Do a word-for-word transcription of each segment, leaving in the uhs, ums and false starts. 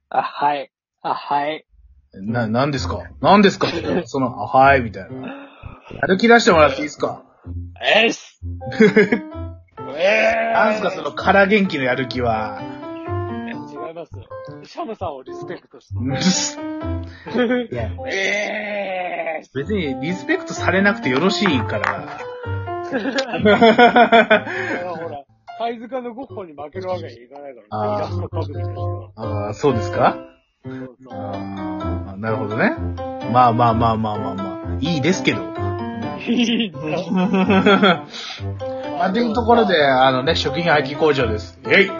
あ、はい。あ、はい。 な、なんですかなんですかその、あ、はい、みたいな。歩き出してもらっていいですかえーすえなんすかその空元気のやる気は。 ー、違います。シャムさんをリスペクトして。 いや、 えー別にリスペクトされなくてよろしいから。 ほら、貝塚のゴッホに負けるわけにいかないから、ね、イラスト描くみたいな。 ああ、そうですかそうそう。 ああ、なるほどね。まあまあまあまあまあまあ。いいですけど。 いいんだ。 まあ、というところで、あのね、食品廃棄工場です。イェイはい、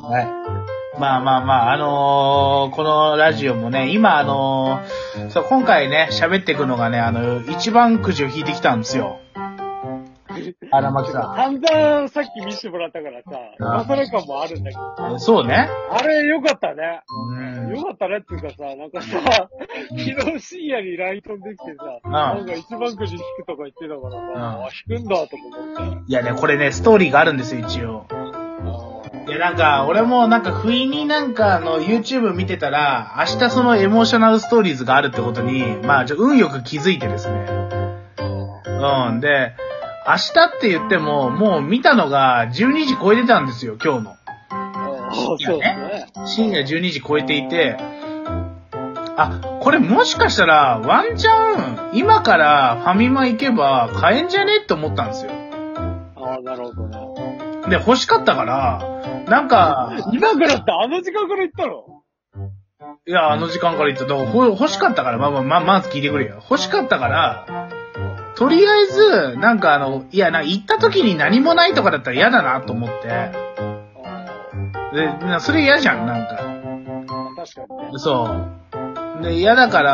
はい。はい。まあまあまあ、あのー、このラジオもね、今あのー、そう、今回ね、喋っていくのがね、あの、一番くじを引いてきたんですよ。荒牧さん。散々さっき見せてもらったからさ、今更感もあるんだけど。 ん。そうね。 あれよかったね。 うん。 よかったねっていうかさ、なんかさ、昨日深夜に ライン 飛んできてさ、なんか一番くじ引くとか言ってたからさ、 うんあ、引くんだとか思って。 いやね、これね、ストーリーがあるんですよ、一応。いや、なんか、俺もなんか、不意になんか、あの、YouTube 見てたら、明日そのエモーショナルストーリーズがあるってことに、まあ、ちょ、運よく気づいてですね。うん。で、明日って言っても、もう見たのがじゅうにじ超えてたんですよ、今日の。 そうですね。 深夜じゅうにじ超えていて、あ、これもしかしたら、ワンチャン、今からファミマ行けば買えんじゃねって思ったんですよ。 ああ、なるほどね。 で、欲しかったから、なんか、 今からってあの時間から行ったの？ いや、あの時間から言った。だからほ欲しかったから、まあまあ、まあ、まず聞いてくれよ。欲しかったから、とりあえず、なんかあの、いや、な、行った時に何もないとかだったら嫌だなと思って。で、それ嫌じゃん、なんか。 確かにね。 そう。で、嫌だから、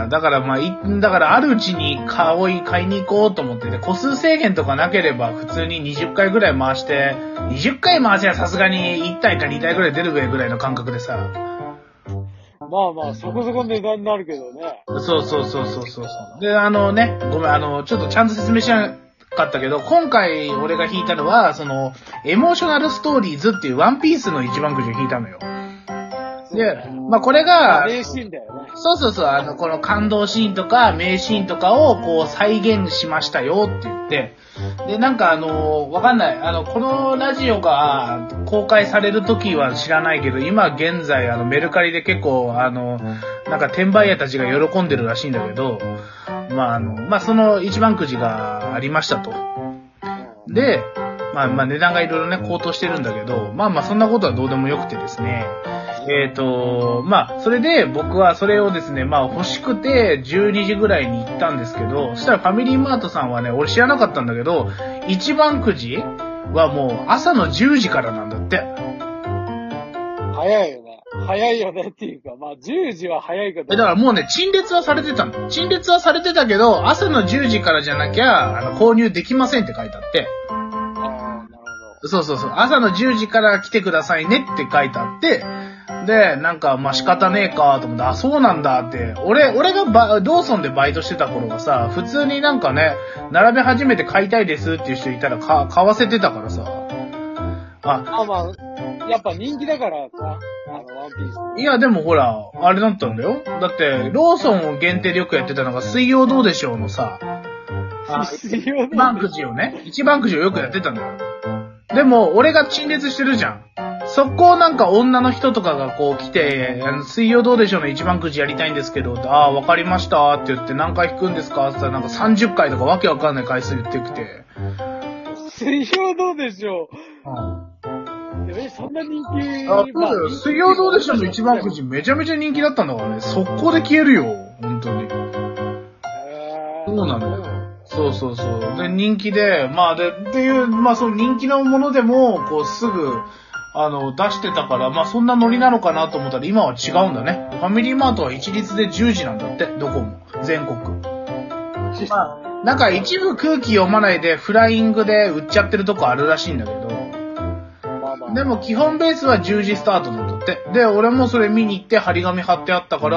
だからまあ、い、だからあるうちに買い、買いに行こうと思ってて、個数制限とかなければ普通ににじゅっかいぐらい回して、にじゅっかい回せばさすがにいち体かに体ぐらい出るべぐらいの感覚でさ。 まあまあ、そこそこ値段になるけどね。 そうそうそうそうそう。で、あのね、ごめん、あの、ちょっとちゃんと説明しなかったけど、今回俺が引いたのは、その、エモーショナルストーリーズっていうワンピースの一番くじを引いたのよ。で、まあこれが、 名シーンだよね。 そうそうそう、あの、この感動シーンとか名シーンとかをこう再現しましたよって言って、で、なんかあの、わかんない。あの、このラジオが公開される時は知らないけど、今現在あのメルカリで結構あの、なんか転売屋たちが喜んでるらしいんだけど、まああの、まあその一番くじがありましたと。で、まあまあ値段がいろいろね、高騰してるんだけど、まあまあそんなことはどうでもよくてですね、えっと、まあ、それで僕はそれをですね、まあ欲しくてじゅうにじぐらいに行ったんですけど、そしたらファミリーマートさんはね、俺知らなかったんだけど、一番くじはもう朝のじゅうじからなんだって。 早いよね。早いよねっていうか、まあじゅうじは早いけど。 え、だからもうね、陳列はされてたの。陳列はされてたけど、朝のじゅうじからじゃなきゃ、あの、購入できませんって書いてあって。 ああ、なるほど。 そうそうそう。朝のじゅうじから来てくださいねって書いてあって、で、なんか、まあ、仕方ねえかと思って、あ、そうなんだって。俺、俺がバ、ローソンでバイトしてた頃はさ、普通になんかね、並べ始めて買いたいですっていう人いたらか、買わせてたからさ。 あ、まあまあ、やっぱ人気だからさ、あの、ワンピース。 いや、でもほら、あれだったんだよ。だって、ローソンを限定でよくやってたのが、水曜どうでしょうのさ、 水曜一番くじをね、一番くじをよくやってたのよ。でも、俺が陳列してるじゃん。そこをなんか女の人とかがこう来て、あの水曜どうでしょうの一番くじやりたいんですけど、ああ、わかりましたって言って何回引くんですかって言ったらなんかさんじゅっかいとかわけわかんない回数言ってきて。 水曜どうでしょう。 うん。 え、そんな人気？ あ、そうだよ。水曜どうでしょうの一番くじめちゃめちゃ人気だったんだからね。速攻で消えるよ。本当に。 へー。 そうなの。そうそうそう。で、人気で、まあで、っていう、まあその人気のものでも、こうすぐ、あの、出してたから、まあそんなノリなのかなと思ったら今は違うんだね。ファミリーマートは一律でじゅうじなんだって、どこも。全国。まあ、なんか一部空気読まないでフライングで売っちゃってるとこあるらしいんだけど、 まあまあ、 でも基本ベースはじゅうじスタートなんだって。で、俺もそれ見に行って張り紙貼ってあったから、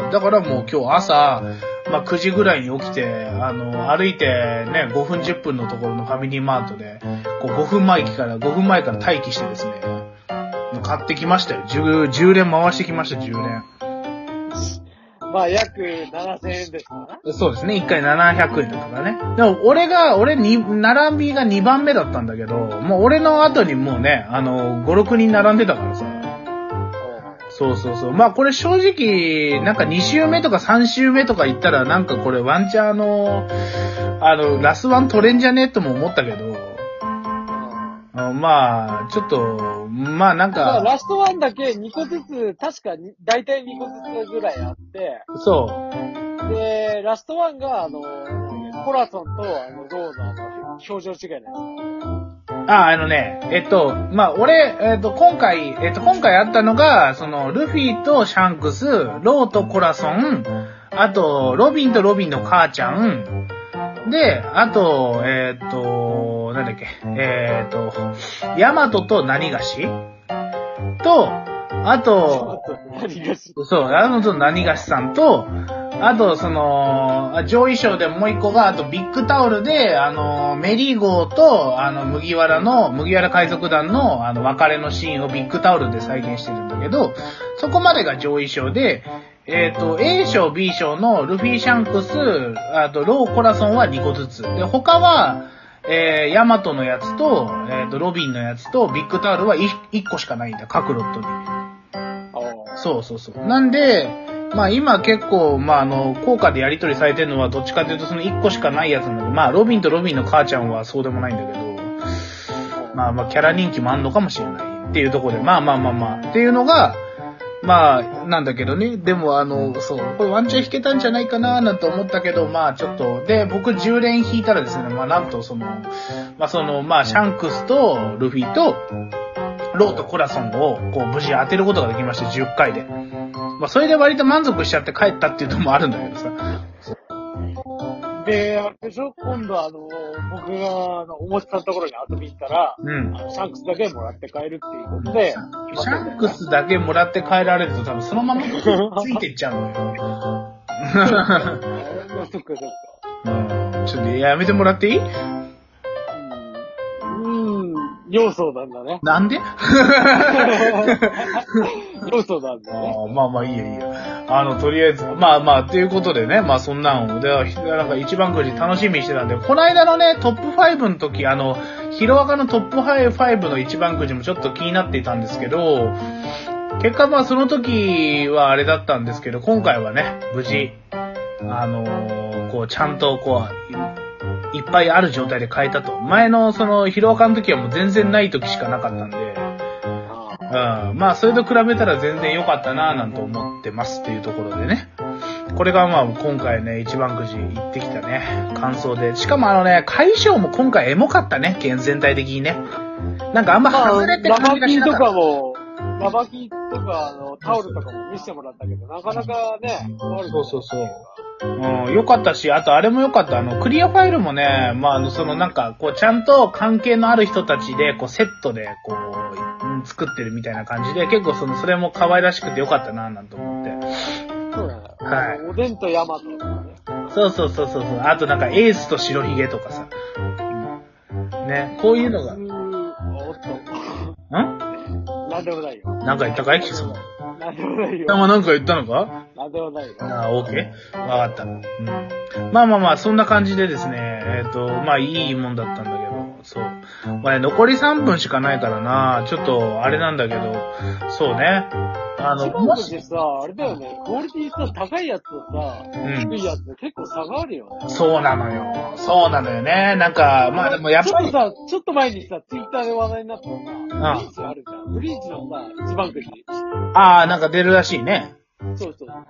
だからもう今日朝、まあくじぐらいに起きて、あの、歩いてね、ごふんじゅっぷんのところのファミリーマートで、こうごふんまえから、ごふんまえから待機してですね、 買ってきましたよ。10、じゅう連回してきました、じゅう連。 まあ、約ななせんえんですかな。 そうですね。いっかいななひゃくえんとかね。でも、俺が、俺に、並びがにばんめだったんだけど、もう俺の後にもうね、あの、ご、ろくにん並んでたからさ。そうそうそう。まあこれ正直、なんかに週目とかさん週目とか行ったら、なんかこれワンチャンあの、あの、ラスワン取れんじゃねえとも思ったけど、まあ、ちょっと、まあなんか。 まあ、ラストワンだけにこずつ、確かに、だいたいにこずつぐらいあって、 そう。 で、ラストワンが、あの、コラソンと、あの、ローのあの、表情違いなんですよ。 あ、あのね、えっと、まあ、俺、えっと、今回、えっと、今回あったのが、その、ルフィとシャンクス、ローとコラソン、あと、ロビンとロビンの母ちゃん、で、あと、えっと、なんだっけ、えっと、ヤマトとナニガシと、あと、そう、あのとナニガシさんと、あと、その、上位賞でもう一個が、あとビッグタオルで、あの、メリーゴーと、あの、麦わらの、麦わら海賊団の、あの、別れのシーンをビッグタオルで再現してるんだけど、そこまでが上位賞で、えっと、A 賞、B 賞のルフィシャンクス、あと、ローコラソンはにこずつ。で、他は、えー、ヤマトのやつと、えっと、ロビンのやつと、ビッグタオルはいっこしかないんだ、各ロットに。そうそうそう。なんで、まあ今結構、まああの、効果でやり取りされてるのはどっちかというとそのいっこしかないやつなんだけど、まあロビンとロビンの母ちゃんはそうでもないんだけど、まあまあキャラ人気もあんのかもしれないっていうところで、まあまあまあまあ、っていうのが、まあ、なんだけどね。でもあの、そう、これワンチャン引けたんじゃないかなーなんて思ったけど、まあちょっと、で、僕じゅう連引いたらですね、まあなんとその、まあその、まあシャンクスとルフィと、ローとコラソンをこう無事当てることができましてじゅっかいで。まあそれで割と満足しちゃって帰ったっていうのもあるんだけどさ。 で、あれでしょ今度あの、僕があの、おもちさんのところに遊びに行ったら、 うん。 あのシャンクスだけもらって帰るっていうことで、 シャンクスだけもらって帰られると多分そのままついてっちゃうのよ。 そっかそっか。 うん。ちょっとやめてもらっていい？ 要素なんだね。 なんで要素なんだね。 あまあまあいいやいいや。あの、とりあえず、まあまあ、ということでね、まあそんなんを、で、なんか一番くじ楽しみにしてたんで、この間のね、トップファイブの時、あの、ヒロアカのトップファイブの一番くじもちょっと気になっていたんですけど、結果まあその時はあれだったんですけど、今回はね、無事、あのー、こう、ちゃんとこう、いっぱいある状態で変えたと。前のそのヒロアカの時はもう全然ない時しかなかったんで、うん、まあそれと比べたら全然良かったなぁなんて思ってますっていうところでね。これがまあ今回ね、一番くじ行ってきたね、感想で。しかもあのね、会場も今回エモかったね、県全体的にね。なんかあんま外れて感じがしなかった。 ラバキーとかも、ラバキーとかあのタオルとかも見せてもらったけど、なかなかね、 そうそうそう。うん、よかったし、あとあれもよかった。あの、クリアファイルもね、まあ、あの、そのなんか、こう、ちゃんと関係のある人たちで、こう、セットで、こう、作ってるみたいな感じで、結構その、それも可愛らしくてよかったな、なんて思って。 そうだね。 はい。 おでんとヤマトとかね。 そうそうそうそう。あとなんか、エースと白ひげとかさ。うん、ね、こういうのが。 うーん、おっと。 ん？ なんでもないよ。 なんか言ったかい？キスも。 なんでもないよ。 あ、なんか言ったのか？ なんでもないよ。 あ、オーケー？わかった。うん。まあまあまあ、そんな感じでですね、えっと、まあいいもんだったんだけど、そう。まあね、残りさんぷんしかないからな、ちょっと、あれなんだけど、そうね。あの、 もしさ、あれだよね、クオリティさ、高いやつとさ、 うん、 低いやつで結構差があるよね。 そうなのよ。そうなのよね。なんか、まあでもやっぱり。 ちょっとさ、ちょっと前にさ、ツイッターで話題になったのさ、ブリーチあるじゃん。ブリーチのさ、一番くじ。 ああ、なんか出るらしいね。 そうそう。あ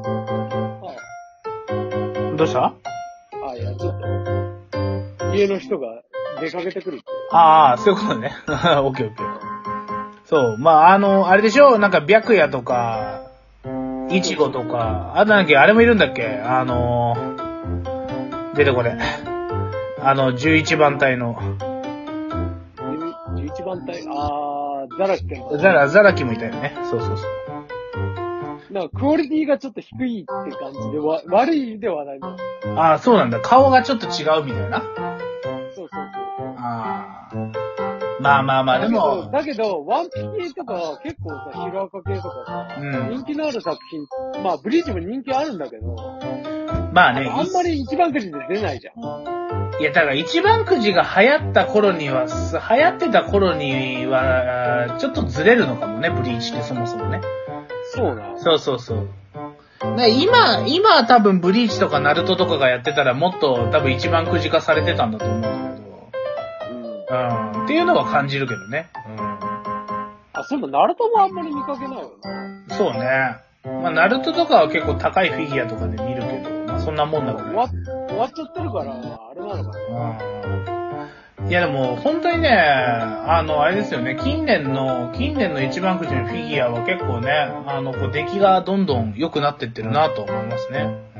どうした？ あ、いや、ちょっと、家の人が出かけてくるって。 ああ、そういうことね。オッケーオッケー。そう。まあ、あの、あれでしょ？なんか、白夜とか、いちごとか、あとなんだっけ、あれもいるんだっけ？あの、出てこれ。あの、じゅういちばん隊の。 じゅういちばん隊？あー、ザラキくん。 ザラ、ザラキもいたよね。そうそうそう。 なんかクオリティがちょっと低いって感じで、わ悪いではないんだ。 ああ、そうなんだ。顔がちょっと違うみたいな。 そうそうそう。 ああ。 まあまあまあ、でも。 だけど、ワンピ系とか結構さ、ヒロアカ系とかさ、うん、人気のある作品、まあブリーチも人気あるんだけど、 まあね、 あんまり一番くじで出ないじゃん。 いや、だから一番くじが流行った頃には、流行ってた頃には、ちょっとずれるのかもね、ブリーチってそもそもね。 そうな。 そうそうそう。ね、今、今多分ブリーチとかナルトとかがやってたらもっと多分一番くじ化されてたんだと思うんだけど。うん。っていうのは感じるけどね。うん。 あ、そうだ、ナルトもあんまり見かけないよな。そうね。まあ、ナルトとかは結構高いフィギュアとかで見るけど、まあそんなもんだから、ね。 終わ、終わっちゃってるから、あれなのかな。 うん。いやでも、本当にね、あの、あれですよね、近年の、近年の一番くじのフィギュアは結構ね、あの、こう、出来がどんどん良くなってってるなと思いますね。うん。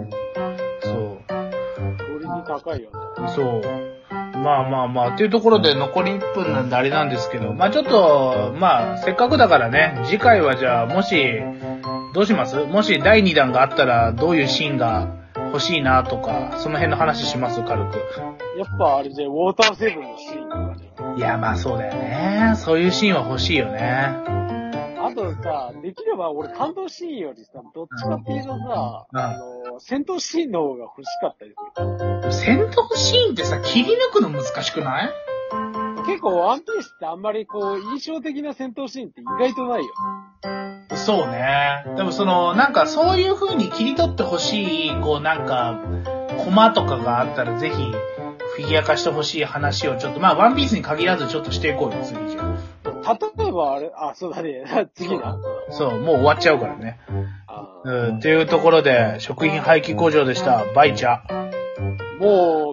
そう。 クオリティ高いよね。 そう。まあまあまあ、っていうところで残りいっぷんなんであれなんですけど、まあちょっと、まあ、せっかくだからね、次回はじゃあ、もし、どうします？もしだいにだんがあったら、どういうシーンが欲しいなとか、その辺の話します？軽く。 やっぱあれじゃ、ウォーターセブンのシーンとかね。 いや、まあそうだよね。そういうシーンは欲しいよね。 あとさ、できれば俺感動シーンよりさ、どっちかっていうとさ、うん、あの、戦闘シーンの方が欲しかったりする。戦闘シーンってさ、切り抜くの難しくない？ 結構ワンピースってあんまりこう、印象的な戦闘シーンって意外とないよ。 そうね。でもその、なんかそういう風に切り取ってほしい、こうなんか、コマとかがあったらぜひ、フィギュア化してほしい話をちょっと、まあワンピースに限らずちょっとしていこうよ、次じゃあ。 例えばあれ、あ、そうだね。次だ。 そう、もう終わっちゃうからね。うん、っていうところで、食品廃棄工場でした。バイチャ。 もう、